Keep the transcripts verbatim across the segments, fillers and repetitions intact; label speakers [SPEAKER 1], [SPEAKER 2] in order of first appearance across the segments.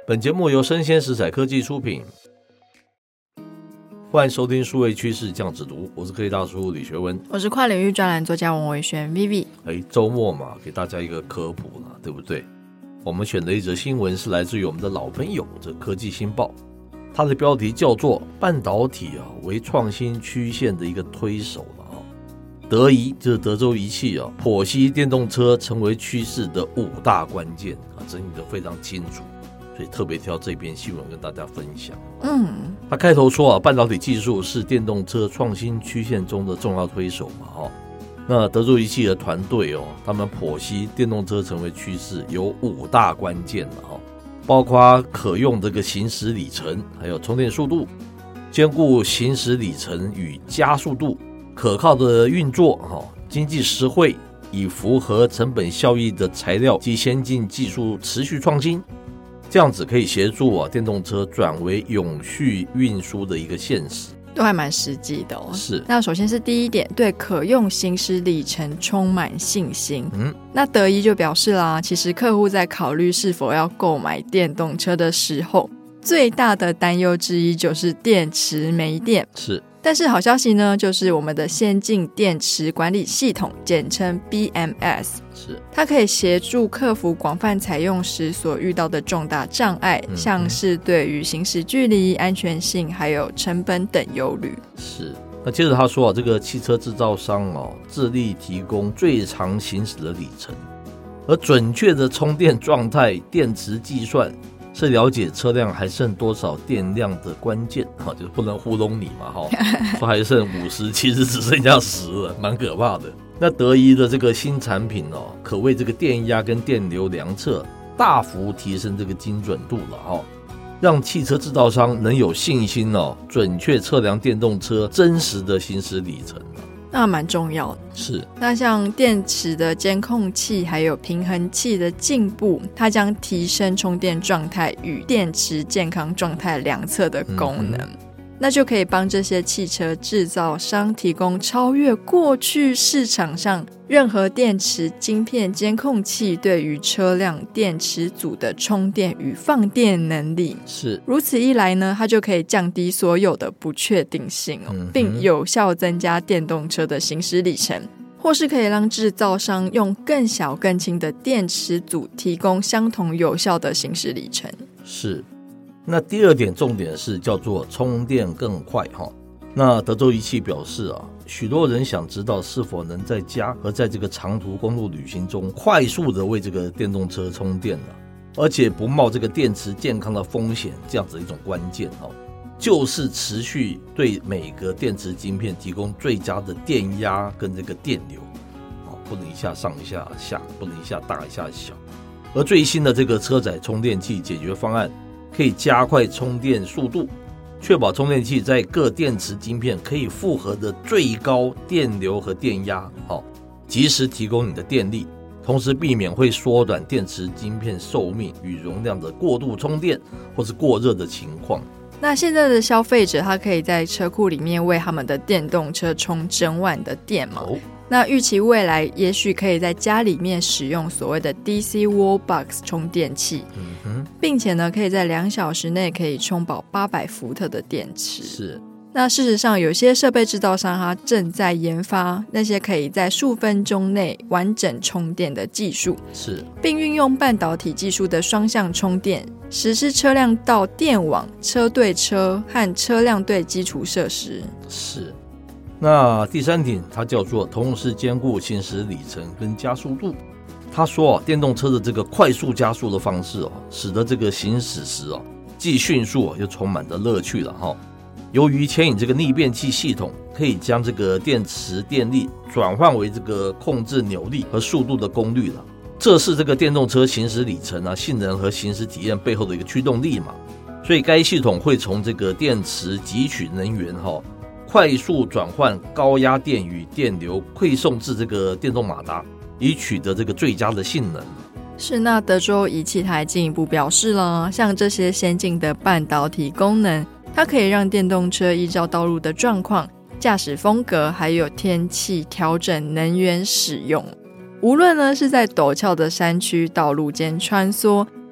[SPEAKER 1] 本节目由生鲜食材科技出品，欢迎收听数位趋势酱子读，我是科技大叔李学文，
[SPEAKER 2] 我是跨领域专栏作家王维轩 Vivi。
[SPEAKER 1] 哎，周末嘛，给大家一个科普啦，对不对？我们选的一则新闻是来自于我们的老朋友这科技新报，它的标题叫做半导体啊为创新曲线的一个推手了啊。德仪就是德州仪器啊，剖析电动车成为趋势的五大关键啊，整理得非常清楚，所以特别挑这篇新闻跟大家分享。
[SPEAKER 2] 嗯，
[SPEAKER 1] 他开头说啊，半导体技术是电动车创新曲线中的重要推手嘛，哦，那德州仪器的团队哦，他们剖析电动车成为趋势有五大关键了哦，包括可用这个行驶里程，还有充电速度，兼顾行驶里程与加速度，可靠的运作哈，经济实惠，以符合成本效益的材料及先进技术持续创新。这样子可以协助啊电动车转为永续运输的一个现实，
[SPEAKER 2] 都还蛮实际的哦。
[SPEAKER 1] 是，
[SPEAKER 2] 那首先是第一点，对可用行驶里程充满信心。
[SPEAKER 1] 嗯，
[SPEAKER 2] 那德仪就表示啦，其实客户在考虑是否要购买电动车的时候，最大的担忧之一就是电池没电。
[SPEAKER 1] 是，
[SPEAKER 2] 但是好消息呢，就是我们的先进电池管理系统，简称 B M S，
[SPEAKER 1] 是，
[SPEAKER 2] 它可以协助克服广泛采用时所遇到的重大障碍，
[SPEAKER 1] 嗯、
[SPEAKER 2] 像是对于行驶距离、安全性还有成本等忧虑。
[SPEAKER 1] 是，那接着他说啊，这个汽车制造商哦，致力提供最长行驶的里程，而准确的充电状态、电池计算是了解车辆还剩多少电量的关键，就是不能糊弄你嘛，说还剩五十，其实只剩下十了，蛮可怕的。那德仪的这个新产品哦，可为这个电压跟电流量测大幅提升这个精准度了哦，让汽车制造商能有信心哦，准确测量电动车真实的行驶里程。
[SPEAKER 2] 那蛮重要的。
[SPEAKER 1] 是，
[SPEAKER 2] 那像电池的监控器还有平衡器的进步，它将提升充电状态与电池健康状态量测的功能、嗯、那就可以帮这些汽车制造商提供超越过去市场上任何电池晶片监控器对于车辆电池组的充电与放电能力。
[SPEAKER 1] 是，
[SPEAKER 2] 如此一来呢，它就可以降低所有的不确定性、哦嗯、并有效增加电动车的行驶里程，或是可以让制造商用更小更轻的电池组提供相同有效的行驶里程。
[SPEAKER 1] 是，那第二点重点是叫做充电更快哈。那德州仪器表示啊，许多人想知道是否能在家和在这个长途公路旅行中快速的为这个电动车充电了，而且不冒这个电池健康的风险，这样子的一种关键哦，就是持续对每个电池晶片提供最佳的电压跟这个电流，不能一下上一下下，不能一下大一下小。而最新的这个车载充电器解决方案可以加快充电速度，确保充电器在各电池晶片可以负荷的最高电流和电压，及时提供你的电力，同时避免会缩短电池晶片寿命与容量的过度充电或是过热的情况。
[SPEAKER 2] 那现在的消费者他可以在车库里面为他们的电动车充整晚的电嘛、哦、那预期未来也许可以在家里面使用所谓的 D C Wallbox 充电器、嗯、哼并且呢可以在两小时内可以充饱八百伏特的电池。
[SPEAKER 1] 是，
[SPEAKER 2] 那事实上有些设备制造商他正在研发那些可以在数分钟内完整充电的技术，
[SPEAKER 1] 是，
[SPEAKER 2] 并运用半导体技术的双向充电，实施车辆到电网、车对车和车辆对基础设施。
[SPEAKER 1] 是，那第三点它叫做同时兼顾行驶里程跟加速度。他说、啊、电动车的这个快速加速的方式、啊、使得这个行驶时、啊、既迅速、啊、又充满了乐趣了哈。由于牵引这个逆变器系统可以将这个电池电力转换为这个控制扭力和速度的功率了，这是这个电动车行驶里程啊、性能和行驶体验背后的一个驱动力嘛。所以该系统会从这个电池汲取能源、哦、快速转换高压电与电流馈送至这个电动马达，以取得这个最佳的性能。
[SPEAKER 2] 是，那德州仪器还进一步表示了，像这些先进的半导体功能，它可以让电动车依照道路的状况、驾驶风格还有天气调整能源使用。无论呢是在陡峭的山区道路间穿梭，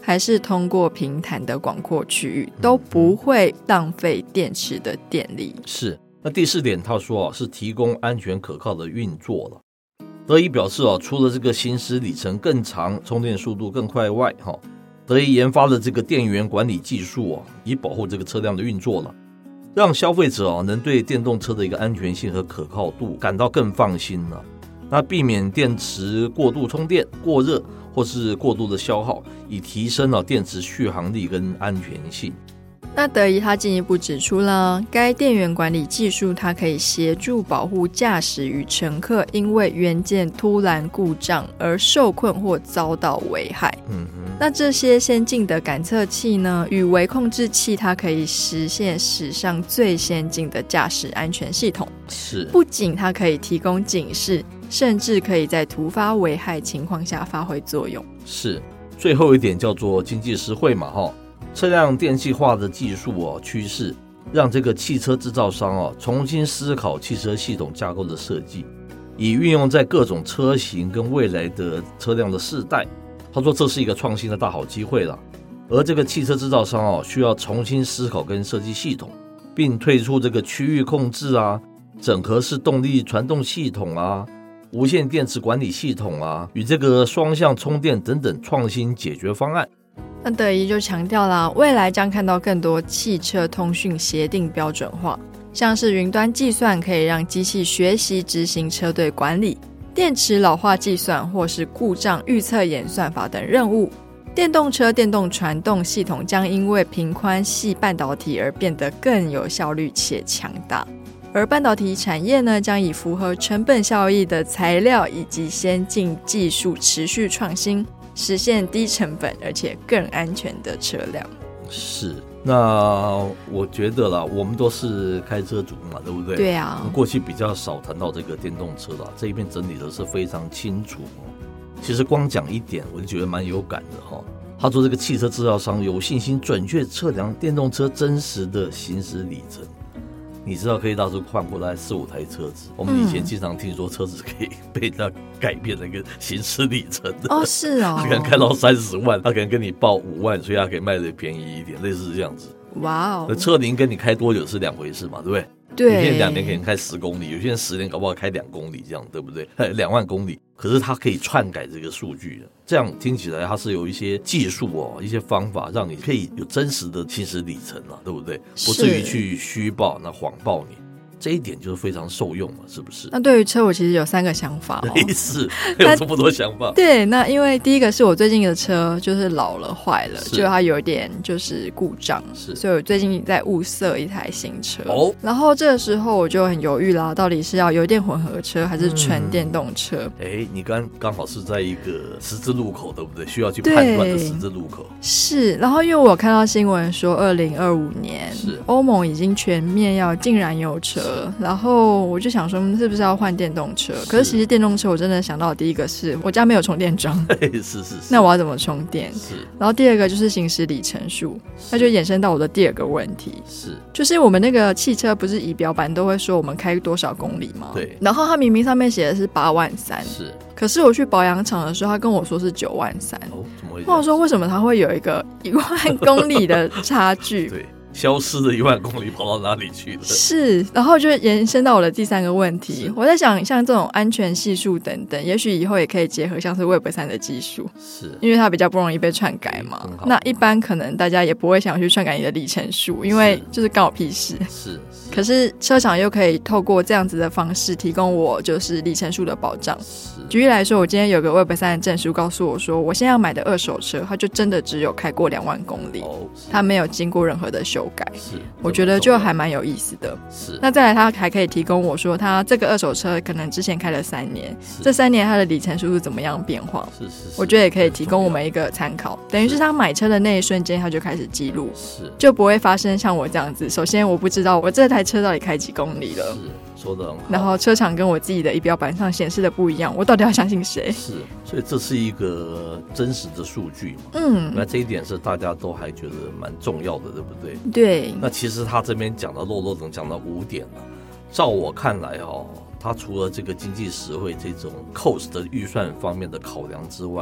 [SPEAKER 2] 还是通过平坦的广阔区域，都不会浪费电池的电力。
[SPEAKER 1] 是。那第四点他说、啊、是提供安全可靠的运作了。德仪表示、啊、除了这个行驶里程更长、充电速度更快外、啊、德仪研发了这个电源管理技术、啊、以保护这个车辆的运作了，让消费者、啊、能对电动车的一个安全性和可靠度感到更放心了。那避免电池过度充电、过热或是过度的消耗，以提升了、啊、电池续航力跟安全性。
[SPEAKER 2] 那德仪他进一步指出了，该电源管理技术它可以协助保护驾驶与乘客因为元件突然故障而受困或遭到危害。嗯哼，那这些先进的感测器呢，与微控制器，它可以实现史上最先进的驾驶安全系统。
[SPEAKER 1] 是，
[SPEAKER 2] 不仅它可以提供警示，甚至可以在突发危害情况下发挥作用。
[SPEAKER 1] 是，最后一点叫做经济实惠嘛，哈。车辆电气化的技术、哦、趋势让这个汽车制造商、哦、重新思考汽车系统架构的设计，以运用在各种车型跟未来的车辆的世代。他说这是一个创新的大好机会了。而这个汽车制造商、哦、需要重新思考跟设计系统，并推出这个区域控制啊、整合式动力传动系统啊、无线电池管理系统啊，与这个双向充电等等创新解决方案。
[SPEAKER 2] 那德仪就强调啦，未来将看到更多汽车通讯协定标准化，像是云端计算可以让机器学习执行车队管理，电池老化计算或是故障预测演算法等任务。电动车电动传动系统将因为频宽细半导体而变得更有效率且强大，而半导体产业呢，将以符合成本效益的材料以及先进技术持续创新，实现低成本而且更安全的车辆。
[SPEAKER 1] 是，那我觉得啦，我们都是开车族嘛，对不对？
[SPEAKER 2] 对啊，
[SPEAKER 1] 过去比较少谈到这个电动车啦，这一篇整理的是非常清楚、哦、其实光讲一点我就觉得蛮有感的、哦、他说这个汽车制造商有信心准确测量电动车真实的行驶里程。你知道可以到时候换过来四五台车子，我们以前经常听说车子可以被它改变那个行驶里程的。
[SPEAKER 2] 哦，是哦，
[SPEAKER 1] 他可能开到三十万，他可能跟你报五万，所以他可以卖得便宜一点，类似这样子。
[SPEAKER 2] 哇哦，
[SPEAKER 1] 车龄跟你开多久是两回事嘛，对不对？
[SPEAKER 2] 对，
[SPEAKER 1] 有些人两年可能开十公里，有些人十年搞不好开两公里这样，对不对？两万公里，可是它可以篡改这个数据，这样听起来它是有一些技术哦，一些方法让你可以有真实的行驶里程啊，对不对？不至于去虚报、那谎报你。这一点就是非常受用了，是不是？
[SPEAKER 2] 那对于车我其实有三个想法哦。
[SPEAKER 1] 是，有这么多想法。
[SPEAKER 2] 对，那因为第一个是我最近的车就是老了坏了，就它有一点就是故障，是，所以我最近在物色一台新车。哦，然后这个时候我就很犹豫啦，到底是要油电混合车还是纯电动车？哎、
[SPEAKER 1] 嗯，你刚刚好是在一个十字路口，对不对？需要去判断的十字路口。
[SPEAKER 2] 是，然后因为我有看到新闻说，二零二五年是欧盟已经全面要禁燃油车。然后我就想说是不是要换电动车，可是其实电动车我真的想到的第一个是我家没有充电桩。
[SPEAKER 1] 是是是，
[SPEAKER 2] 那我要怎么充电？是，然后第二个就是行驶里程数，那就衍生到我的第二个问题，是就是我们那个汽车不是仪表板都会说我们开多少公里吗？对，然后它明明上面写的是八万三，是，可是我去保养厂的时候他跟我说是九万三。哦，怎么会？那我说为什么它会有一个一万公里的差距？
[SPEAKER 1] 对，消失的一万公里跑到哪里去了？
[SPEAKER 2] 是，然后就延伸到我的第三个问题，我在想像这种安全系数等等，也许以后也可以结合像是 Web 三 的技术，是因为它比较不容易被篡改嘛。那一般可能大家也不会想去篡改你的里程数，因为就是干我屁事。是，可是车厂又可以透过这样子的方式提供我就是里程数的保障。举例来说，我今天有个 Web 三 的证书告诉我说，我现在要买的二手车，它就真的只有开过两万公里，哦，它没有经过任何的修改。是，我觉得就还蛮有意思的。是，那再来，它还可以提供我说，它这个二手车可能之前开了三年，这三年它的里程数是怎么样变化？是是是，我觉得也可以提供我们一个参考。等于是他买车的那一瞬间，他就开始记录，是，就不会发生像我这样子。首先，我不知道我这台车到底开几公里了。是。说得很好，然后车厂跟我自己的仪表板上显示的不一样，我到底要相信谁？是，所以这是一个真实的数据嘛。嗯，那这一点是大家都还觉得蛮重要的，对不对？对。那其实他这边讲的漏漏等讲到五点了，照我看来哦，他除了这个经济实惠这种 cost 的预算方面的考量之外，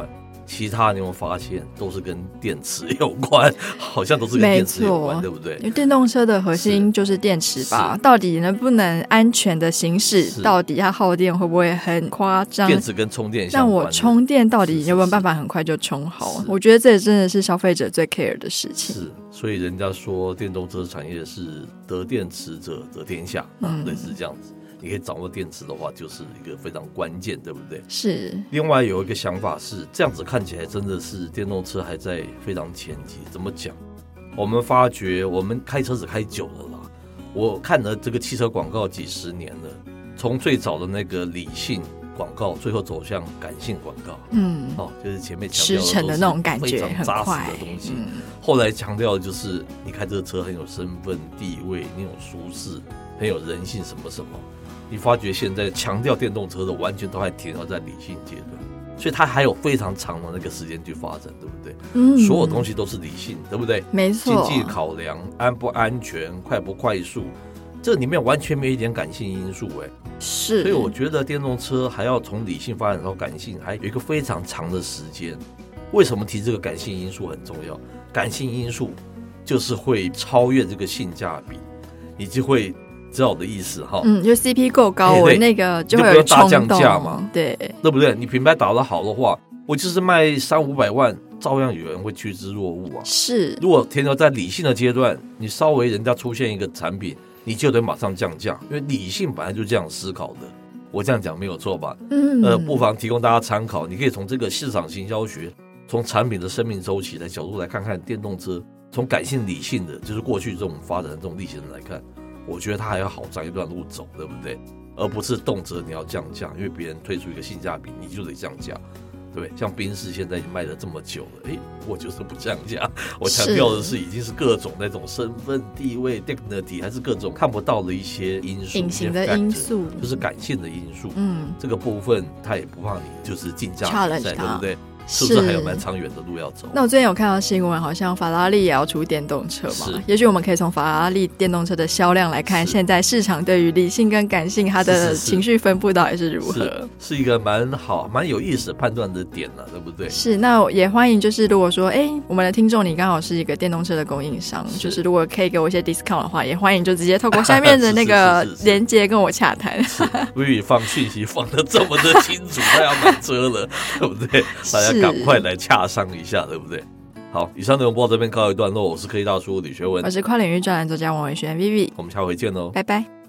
[SPEAKER 1] 其他你有没有发现都是跟电池有关，好像都是跟电池有关，对不对？
[SPEAKER 2] 因为电动车的核心就是电池吧，到底能不能安全的行驶，到底它耗电会不会很夸张，
[SPEAKER 1] 电池跟充电相关，
[SPEAKER 2] 那我充电到底有没有办法很快就充好，我觉得这也真的是消费者最 care 的事情。
[SPEAKER 1] 是，所以人家说电动车产业是得电池者得天下、嗯、类似这样子，你可以掌握电池的话就是一个非常关键，对不对？
[SPEAKER 2] 是。另
[SPEAKER 1] 外有一个想法是，这样子看起来真的是电动车还在非常前期。怎么讲？我们发觉我们开车子开久了啦，我看了这个汽车广告几十年了，从最早的那个理性广告，最后走向感性广告，嗯，哦，就是前面强调的
[SPEAKER 2] 的那种感觉
[SPEAKER 1] 非常扎实的东西，嗯、后来强调的就是你开这个车很有身份地位，你有舒适，很有人性，什么什么。你发觉现在强调电动车的完全都还停留在理性阶段，所以它还有非常长的那个时间去发展，对不对？嗯，所有东西都是理性，对不对？
[SPEAKER 2] 没错，
[SPEAKER 1] 经济考量，安不安全，快不快速，这里面完全没一点感性因素，哎，
[SPEAKER 2] 是。
[SPEAKER 1] 所以我觉得电动车还要从理性发展到感性，还有一个非常长的时间。为什么提这个感性因素很重要？感性因素就是会超越这个性价比，你就会。知道我的意思哈，
[SPEAKER 2] 嗯，就 C P 够高，我那个就会有冲动，就不用大降价嘛，对，
[SPEAKER 1] 对不对？你品牌打得好的话，我就是卖三五百万，照样有人会趋之若鹜啊。
[SPEAKER 2] 是，
[SPEAKER 1] 如果停留在理性的阶段，你稍微人家出现一个产品，你就得马上降价，因为理性本来就这样思考的。我这样讲没有错吧？嗯，呃，不妨提供大家参考，你可以从这个市场行销学，从产品的生命周期的角度来看看电动车，从感性理性的，就是过去这种发展的这种历史来看。我觉得它还有好长一段路走，对不对？而不是动辄你要降价，因为别人推出一个性价比，你就得降价，对不对？像宾士现在已经卖了这么久了，哎，我就是不降价。我强调的是，已经是各种那种身份地位 dignity， 还是各种看不到的一些因素，
[SPEAKER 2] 隐形的因素，
[SPEAKER 1] 就是感性的因素。嗯，这个部分他也不怕你就是竞价比赛，对不对？是不是还有蛮长远的路要走？
[SPEAKER 2] 那我最近有看到新闻，好像法拉利也要出电动车嘛。也许我们可以从法拉利电动车的销量来看，现在市场对于理性跟感性它的情绪分布到底是如何？是, 是,
[SPEAKER 1] 是, 是一个蛮好、蛮有意思的判断的点了、啊，对不对？
[SPEAKER 2] 是。那也欢迎，就是如果说，哎，我们的听众你刚好是一个电动车的供应商，是就是如果可以给我一些 discount 的话，也欢迎就直接透过下面的那个连结跟我洽谈。
[SPEAKER 1] Vivi 放讯息放得这么的清楚，他要买车了，对不对？大家赶快来洽商一下，对不对？好，以上内容播到这边告一段落，我是科技大叔李学文，
[SPEAKER 2] 我是跨领域专栏作家王伟轩 Vivi，
[SPEAKER 1] 我们下回见喽，
[SPEAKER 2] 拜拜。